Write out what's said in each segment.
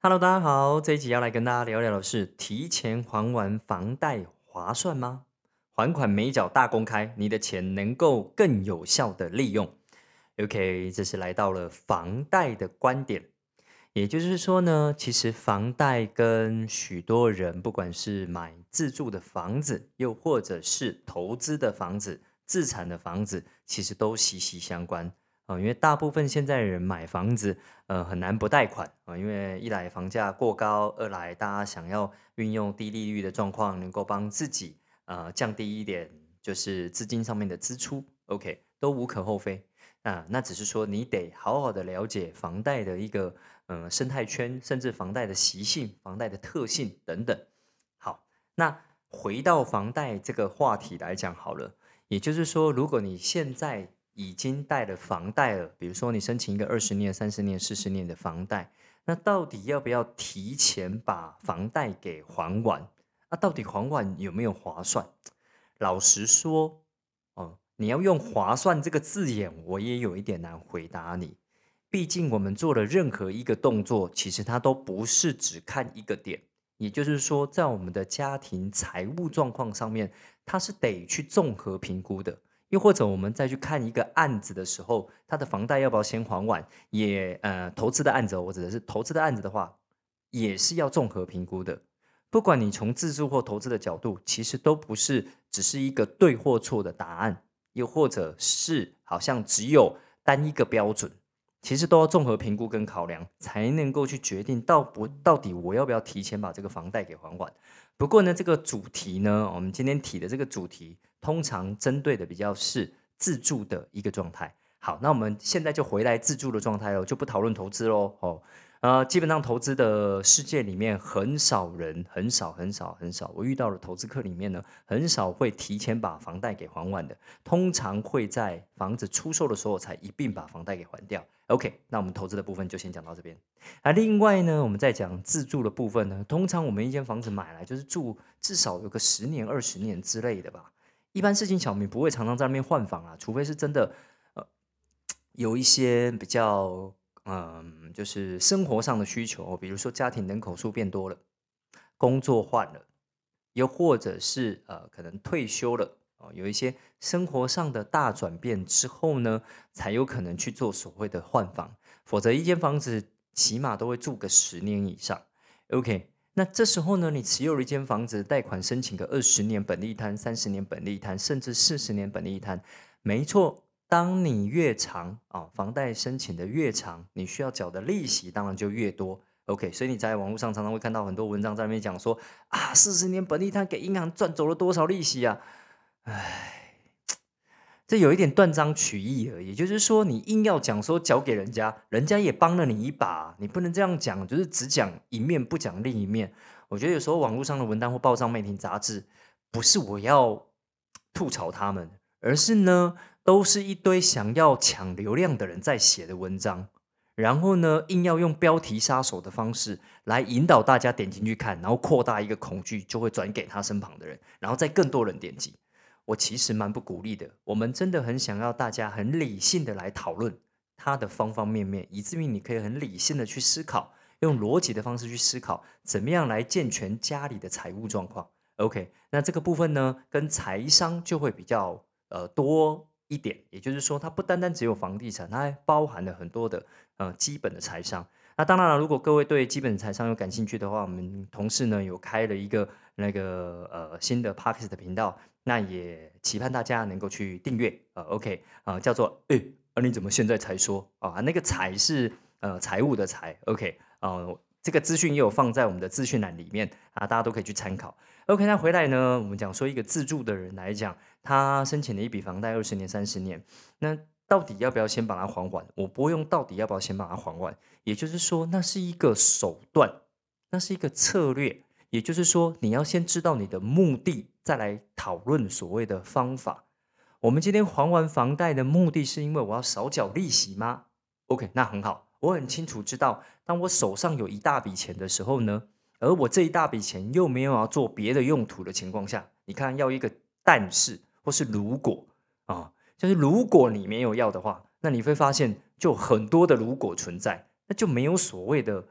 Hello，大家好，这一集要来跟大家聊聊的是提前还完房贷划算吗？还款每缴大公开，你的钱能够更有效的利用。OK，这是来到了房贷的观点，也就是说呢，其实房贷跟许多人，不管是买自住的房子，又或者是投资的房子、自产的房子，其实都息息相关。因为大部分现在人买房子，很难不贷款因为一来房价过高，二来大家想要运用低利率的状况，能够帮自己降低一点就是资金上面的支出，OK，都无可厚非。那只是说你得好好的了解房贷的一个生态圈，甚至房贷的习性、房贷的特性等等。好，那回到房贷这个话题来讲好了。也就是说，如果你现在已经贷了房贷了，比如说你申请一个20年、30年、40年的房贷，那到底要不要提前把房贷给还完？到底还完有没有划算？老实说，你要用“划算”这个字眼，我也有一点难回答你。毕竟我们做的任何一个动作，其实它都不是只看一个点。也就是说，在我们的家庭财务状况上面，它是得去综合评估的。又或者我们再去看一个案子的时候，他的房贷要不要先还完，投资的案子我指的是投资的案子的话，也是要综合评估的。不管你从自住或投资的角度，其实都不是只是一个对或错的答案，又或者是好像只有单一个标准，其实都要综合评估跟考量，才能够去决定到底我要不要提前把这个房贷给还完。不过呢，这个主题呢，我们今天提的这个主题，通常针对的比较是自住的一个状态。好，那我们现在就回来自住的状态喽，就不讨论投资喽。基本上投资的世界里面，很少人，很少，我遇到的投资客里面呢，很少会提前把房贷给还完的，通常会在房子出售的时候才一并把房贷给还掉。OK，那我们投资的部分就先讲到这边。另外呢，我们在讲自住的部分呢，通常我们一间房子买来就是住至少有个10年、20年之类的吧。一般市井小民不会常常在那边换房啊，除非是真的，有一些比较，就是生活上的需求，比如说家庭人口数变多了，工作换了，又或者是可能退休了有一些生活上的大转变之后呢，才有可能去做所谓的换房，否则一间房子起码都会住个10年以上。OK，那这时候呢，你持有了一间房子，贷款申请个20年本利摊、30年本利摊，甚至40年本利摊，没错。当你越长房贷申请的越长，你需要缴的利息当然就越多。OK，所以你在网络上常常会看到很多文章在那边讲说40年本利摊给银行赚走了多少利息啊？唉，这有一点断章取义了。也就是说，你硬要讲说缴给人家，人家也帮了你一把，你不能这样讲，就是只讲一面不讲另一面。我觉得有时候网络上的文章或报章、媒体、杂志，不是我要吐槽他们，而是呢，都是一堆想要抢流量的人在写的文章。然后呢，硬要用标题杀手的方式来引导大家点进去看，然后扩大一个恐惧，就会转给他身旁的人，然后再更多人点击。我其实蛮不鼓励的。我们真的很想要大家很理性的来讨论它的方方面面，以至于你可以很理性的去思考，用逻辑的方式去思考，怎么样来健全家里的财务状况。OK，那这个部分呢，跟财商就会比较多一点，也就是说，它不单单只有房地产，它还包含了很多的基本的财商。那当然了，如果各位对基本财商有感兴趣的话，我们同事呢有开了一个那个新的 Podcast 的频道，那也期盼大家能够去订阅OK 叫做你怎么现在才说那个财是财务的财 OK 这个资讯也有放在我们的资讯栏里面大家都可以去参考。OK，那回来呢，我们讲说一个自住的人来讲，他申请了一笔房贷20年、30年，那到底要不要先把它还完？我不会用到底要不要先把它还完，也就是说，那是一个手段，那是一个策略。也就是说，你要先知道你的目的，再来讨论所谓的方法。我们今天还完房贷的目的是因为我要少缴利息吗？OK，那很好，我很清楚知道，当我手上有一大笔钱的时候呢，而我这一大笔钱又没有要做别的用途的情况下，你看要一个但是或是如果就是如果你没有要的话，那你会发现就很多的如果存在，那就没有所谓的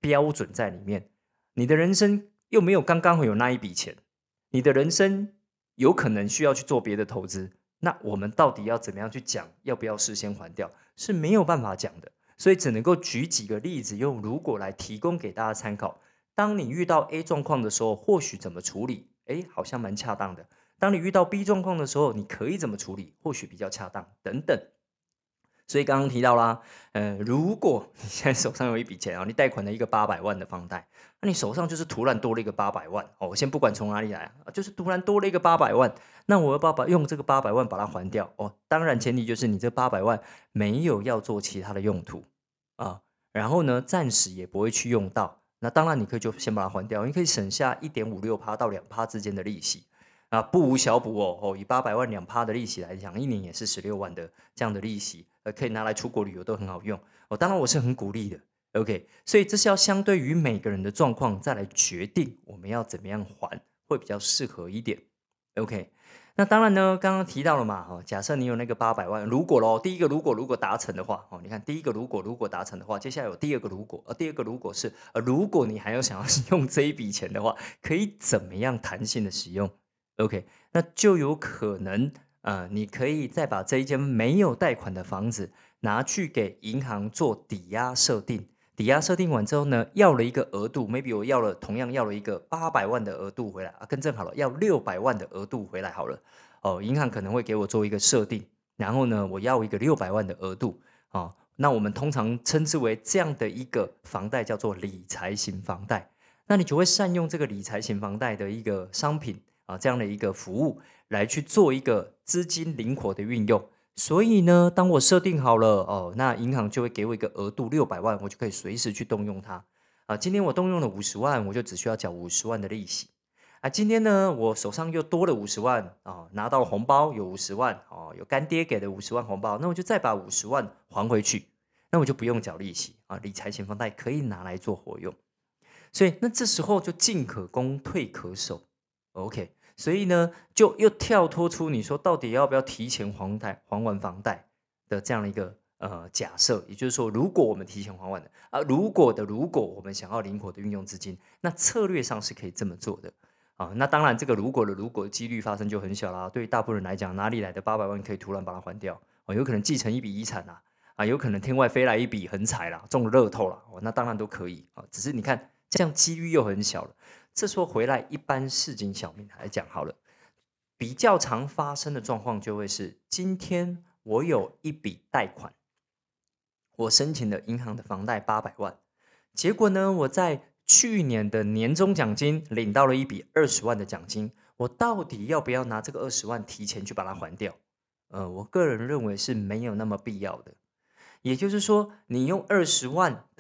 标准在里面。你的人生又没有刚刚好有那一笔钱，你的人生有可能需要去做别的投资，那我们到底要怎么样去讲要不要事先还掉，是没有办法讲的。所以只能够举几个例子，用如果来提供给大家参考。当你遇到 A 状况的时候，或许怎么处理，好像蛮恰当的。当你遇到 B 状况的时候，你可以怎么处理，或许比较恰当，等等。所以刚刚提到啦，如果你现在手上有一笔钱啊，你贷款了一个800万的房贷，那你手上就是突然多了一个800万哦，我先不管从哪里来啊，就是突然多了一个800万，那我要用这个800万把它还掉哦。当然前提就是你这800万没有要做其他的用途啊，然后呢，暂时也不会去用到。那当然你可以就先把它还掉，你可以省下1.56%到2%之间的利息。啊，不无小补以800万2%的利息来讲，一年也是16万的这样的利息，可以拿来出国旅游都很好用当然我是很鼓励的，OK，所以这是要相对于每个人的状况再来决定我们要怎么样还会比较适合一点，OK。那当然呢，刚刚提到了嘛，假设你有那个800万，如果第一个如果达成的话，你看第一个如果达成的话，接下来有第二个如果，第二个如果是如果你还要想要用这一笔钱的话，可以怎么样弹性的使用？OK，那就有可能你可以再把这一间没有贷款的房子拿去给银行做抵押设定。抵押设定完之后呢，要了一个额度，maybe 我同样要了一个800万的额度回来啊，更正好了，要600万的额度回来好了。银行可能会给我做一个设定，然后呢，我要一个600万的额度那我们通常称之为这样的一个房贷叫做理财型房贷。那你就会善用这个理财型房贷的一个商品这样的一个服务来去做一个资金灵活的运用。所以呢，当我设定好了那银行就会给我一个额度600万，我就可以随时去动用它今天我动用了50万，我就只需要缴50万的利息今天呢，我手上又多了50万拿到了红包有50万有干爹给的50万红包，那我就再把50万还回去，那我就不用缴利息理财型房贷可以拿来做活用。所以那这时候就进可攻退可守 OK， 所以呢就又跳脱出你说到底要不要提前还完房贷的这样的一个假设，也就是说如果我们提前还完了如果我们想要灵活的运用资金，那策略上是可以这么做的那当然这个如果的几率发生就很小啦，对于大部分人来讲，哪里来的800万可以突然把它还掉有可能继承一笔遗产有可能天外飞来一笔横财啦，中了乐透啦那当然都可以只是你看这样几率又很小了。这时候回来一般市井小民来讲好了，比较常发生的状况就会是，今天我有一笔贷款，我申请了银行的房贷800万，结果呢，我在去年的年终奖金领到了一笔20万的奖金，我到底要不要拿这个20万提前去把它还掉？我个人认为是没有那么必要的。也就是说，你用20万的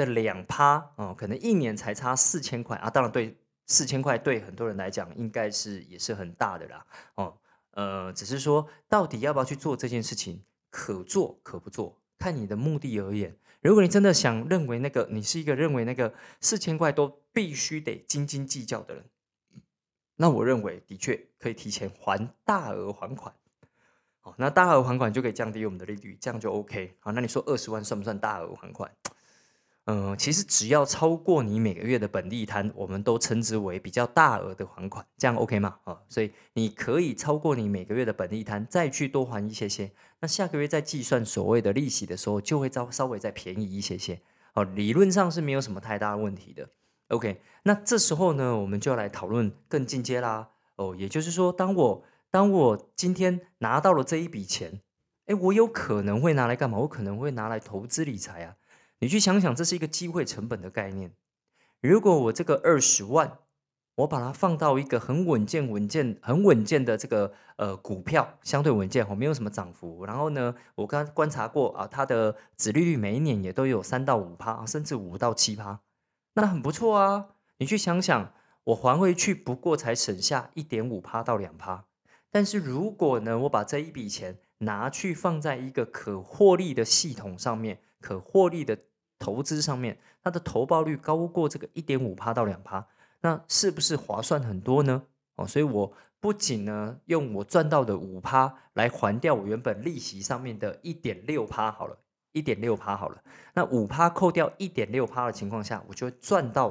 2%可能一年才差4000块当然对4000块对很多人来讲应该也是很大的啦只是说到底要不要去做这件事情，可做可不做，看你的目的而言。如果你真的认为你是一个认为那个4000块都必须得斤斤计较的人，那我认为的确可以提前大额还款。那大额还款就可以降低我们的利率，这样就 OK。好，那你说20万算不算大额还款？其实只要超过你每个月的本利摊，我们都称之为比较大额的还款，这样 OK 吗？所以你可以超过你每个月的本利摊，再去多还一些些。那下个月再计算所谓的利息的时候，就会稍微再便宜一些些。理论上是没有什么太大的问题的。OK，那这时候呢，我们就要来讨论更进阶啦。也就是说，当我今天拿到了这一笔钱，我有可能会拿来干嘛？我可能会拿来投资理财啊。你去想想，这是一个机会成本的概念。如果我这个20万，我把它放到一个很稳健的这个股票，相对稳健没有什么涨幅。然后呢，我刚刚观察过它的殖利率每一年也都有3到5%，甚至5到7%，那很不错啊。你去想想，我还回去不过才省下1.5%到2%。但是如果呢，我把这一笔钱拿去放在一个可获利的系统上面，可获利的投资上面，它的投报率高过这个1.5%到2%，那是不是划算很多呢？所以我不仅呢用我赚到的5%来还掉我原本利息上面的1.6%好了 1.6%好了，那5%扣掉1.6%的情况下，我就会赚到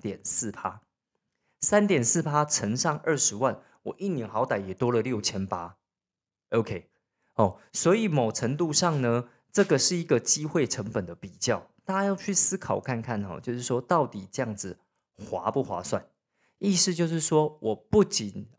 3.4%。3.4%乘上20万，我一年好歹也多了6800。OK，所以某程度上呢，这个是一个机会成本的比较，大家要去思考看看就是说到底这样子划不划算？意思就是说我不仅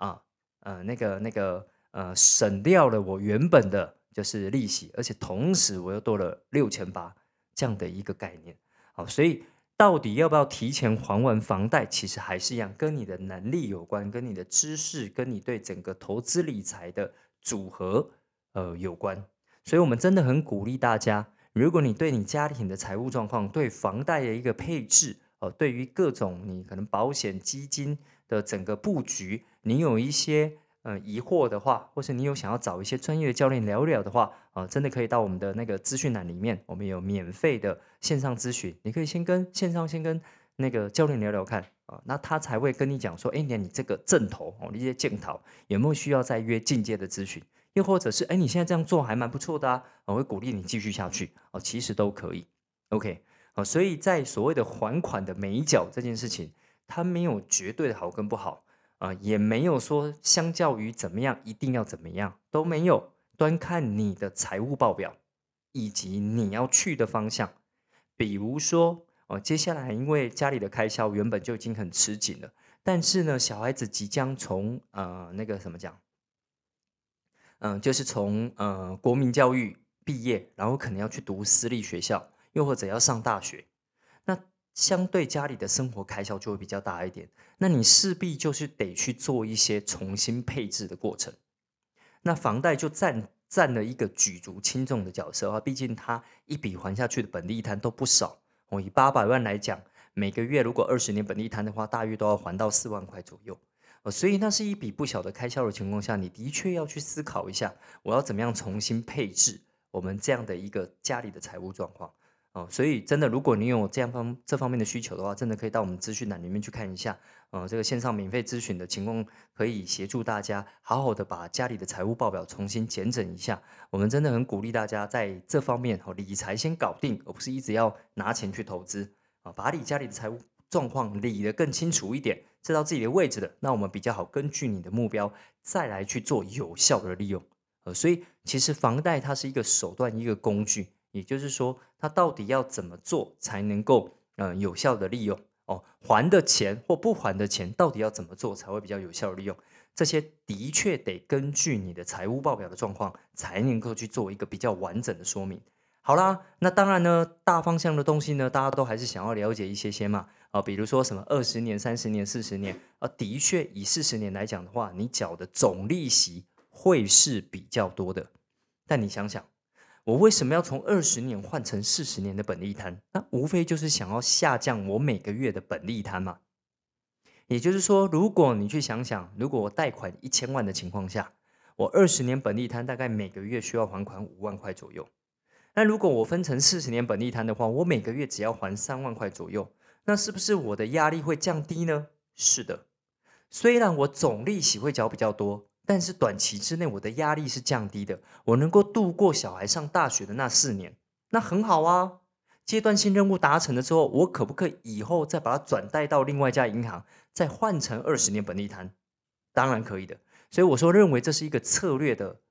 省掉了我原本的就是利息，而且同时我又多了6800这样的一个概念。好，所以到底要不要提前还完房贷，其实还是一样，跟你的能力有关，跟你的知识，跟你对整个投资理财的组合有关。所以我们真的很鼓励大家，如果你对你家庭的财务状况，对房贷的一个配置，对于各种你可能保险基金的整个布局，你有一些疑惑的话，或是你有想要找一些专业的教练聊一聊的话，真的可以到我们的那个资讯栏里面，我们有免费的线上咨询，你可以先跟那个教练聊聊看那他才会跟你讲说，你这个正头你这些镜头有没有需要再约进阶的咨询，又或者是你现在这样做还蛮不错的我会鼓励你继续下去其实都可以。OK，所以在所谓的还款的每一角这件事情，它没有绝对的好跟不好。也没有说相较于怎么样一定要怎么样，都没有，端看你的财务报表以及你要去的方向。比如说接下来因为家里的开销原本就已经很吃紧了，但是呢，小孩子即将从那个什么讲，就是从国民教育毕业，然后可能要去读私立学校，又或者要上大学。那相对家里的生活开销就会比较大一点，那你势必就是得去做一些重新配置的过程。那房贷就占了一个举足轻重的角色毕竟它一笔还下去的本利摊都不少以800万来讲，每个月如果20年本利摊的话，大约都要还到4万块左右所以那是一笔不小的开销的情况下，你的确要去思考一下，我要怎么样重新配置我们这样的一个家里的财务状况。所以真的，如果你有这方面的需求的话，真的可以到我们资讯栏里面去看一下，这个线上免费咨询的情况，可以协助大家好好的把家里的财务报表重新检整一下。我们真的很鼓励大家在这方面理财先搞定，而不是一直要拿钱去投资把你家里的财务状况理得更清楚一点，知道自己的位置的，那我们比较好根据你的目标再来去做有效的利用。所以其实房贷它是一个手段，一个工具。也就是说，它到底要怎么做才能够有效的利用还的钱或不还的钱，到底要怎么做才会比较有效的利用？这些的确得根据你的财务报表的状况，才能够去做一个比较完整的说明。好啦，那当然呢，大方向的东西呢，大家都还是想要了解一些嘛比如说什么20年、30年、40年的确以40年来讲的话，你缴的总利息会是比较多的。但你想想。我为什么要从20年换成40年的本利摊？那无非就是想要下降我每个月的本利摊嘛。也就是说，如果你去想想，如果我贷款1000万的情况下，我20年本利摊大概每个月需要还款5万块左右。那如果我分成40年本利摊的话，我每个月只要还3万块左右，那是不是我的压力会降低呢？是的。虽然我总利息会缴比较多，但是短期之内我的压力是降低的，我能够度过小孩上大学的那4年，那很好啊。阶段性任务达成了之后，我可不可以以后再把它转贷到另外一家银行，再换成20年本利摊？当然可以的。所以我说认为这是一个策略的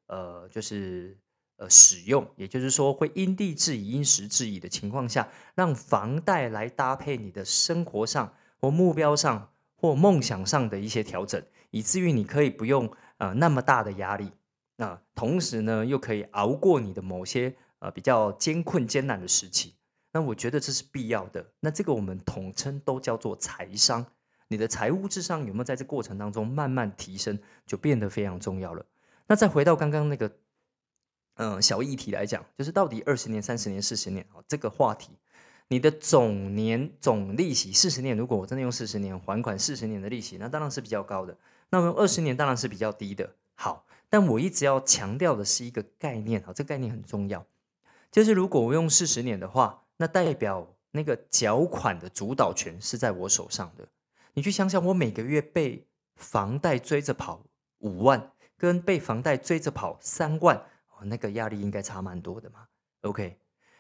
使用，也就是说会因地制宜、因时制宜的情况下，让房贷来搭配你的生活上或目标上或梦想上的一些调整，以至于你可以不用那么大的压力，那同时呢又可以熬过你的某些比较艰困艰难的时期。那我觉得这是必要的。那这个我们统称都叫做财商。你的财务智商有没有在这过程当中慢慢提升，就变得非常重要了。那再回到刚刚那个小议题来讲，就是到底20年、30年、40年这个话题，你的总利息40年，如果我真的用40年还款40年的利息，那当然是比较高的。那我用20年当然是比较低的。好，但我一直要强调的是一个概念这个概念很重要，就是如果我用40年的话，那代表那个缴款的主导权是在我手上的。你去想想，我每个月被房贷追着跑5万，跟被房贷追着跑3万，那个压力应该差蛮多的嘛。OK，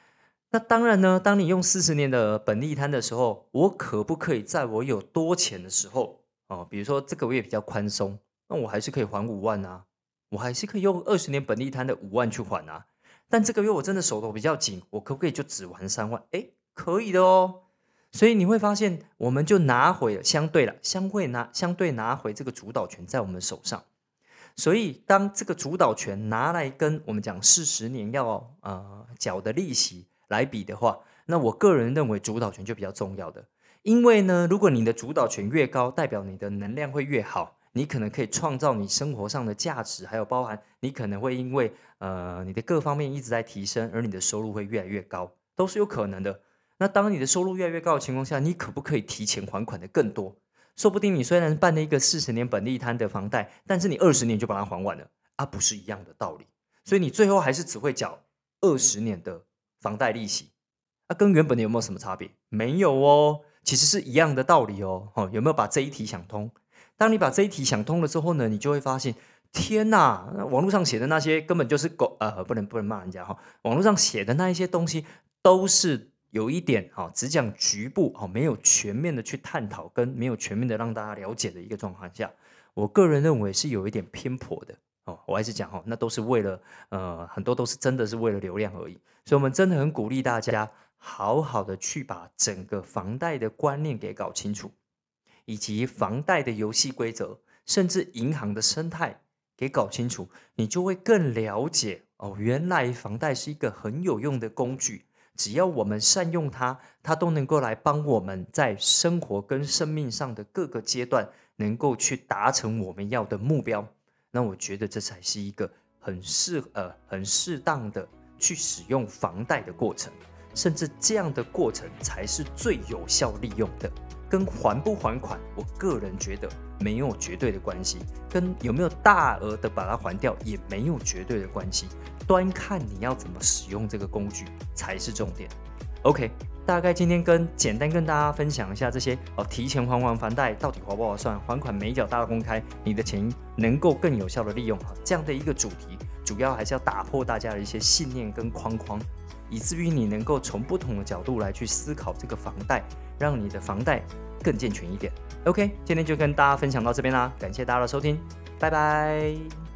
那当然呢，当你用40年的本利摊的时候，我可不可以在我有多钱的时候，比如说这个月比较宽松，那我还是可以还5万啊，我还是可以用20年本利摊的5万去还啊。但这个月我真的手头比较紧，我可不可以就只还3万？诶，可以的哦。所以你会发现，我们就拿回了相对拿回这个主导权在我们手上。所以，当这个主导权拿来跟我们讲40年要缴的利息来比的话，那我个人认为主导权就比较重要的。因为呢，如果你的主导权越高，代表你的能量会越好，你可能可以创造你生活上的价值，还有包含你可能会因为你的各方面一直在提升，而你的收入会越来越高，都是有可能的。那当你的收入越来越高的情况下，你可不可以提前还款的更多？说不定你虽然办了一个40年本利摊的房贷，但是你20年就把它还完了啊，不是一样的道理。所以你最后还是只会缴20年的房贷利息，跟原本的有没有什么差别？没有哦，其实是一样的道理哦。有没有把这一题想通？当你把这一题想通了之后呢，你就会发现，天哪，网络上写的那些根本就是不能骂人家哈。网络上写的那一些东西都是有一点只讲局部没有全面的去探讨，跟没有全面的让大家了解的一个状况下，我个人认为是有一点偏颇的我还是讲那都是为了很多都是真的是为了流量而已，所以我们真的很鼓励大家好好的去把整个房贷的观念给搞清楚，以及房贷的游戏规则，甚至银行的生态给搞清楚，你就会更了解原来房贷是一个很有用的工具，只要我们善用它，它都能够来帮我们在生活跟生命上的各个阶段，能够去达成我们要的目标。那我觉得这才是一个很适当的去使用房贷的过程，甚至这样的过程才是最有效利用的。跟还不还款，我个人觉得没有绝对的关系，跟有没有大额的把它还掉也没有绝对的关系，端看你要怎么使用这个工具才是重点。OK， 大概今天简单跟大家分享一下这些提前还完房贷到底划不划算，还款每缴大公开，你的钱能够更有效的利用这样的一个主题，主要还是要打破大家的一些信念跟框框，以至于你能够从不同的角度来去思考这个房贷，让你的房贷更健全一点。OK， 今天就跟大家分享到这边啦，感谢大家的收听，拜拜。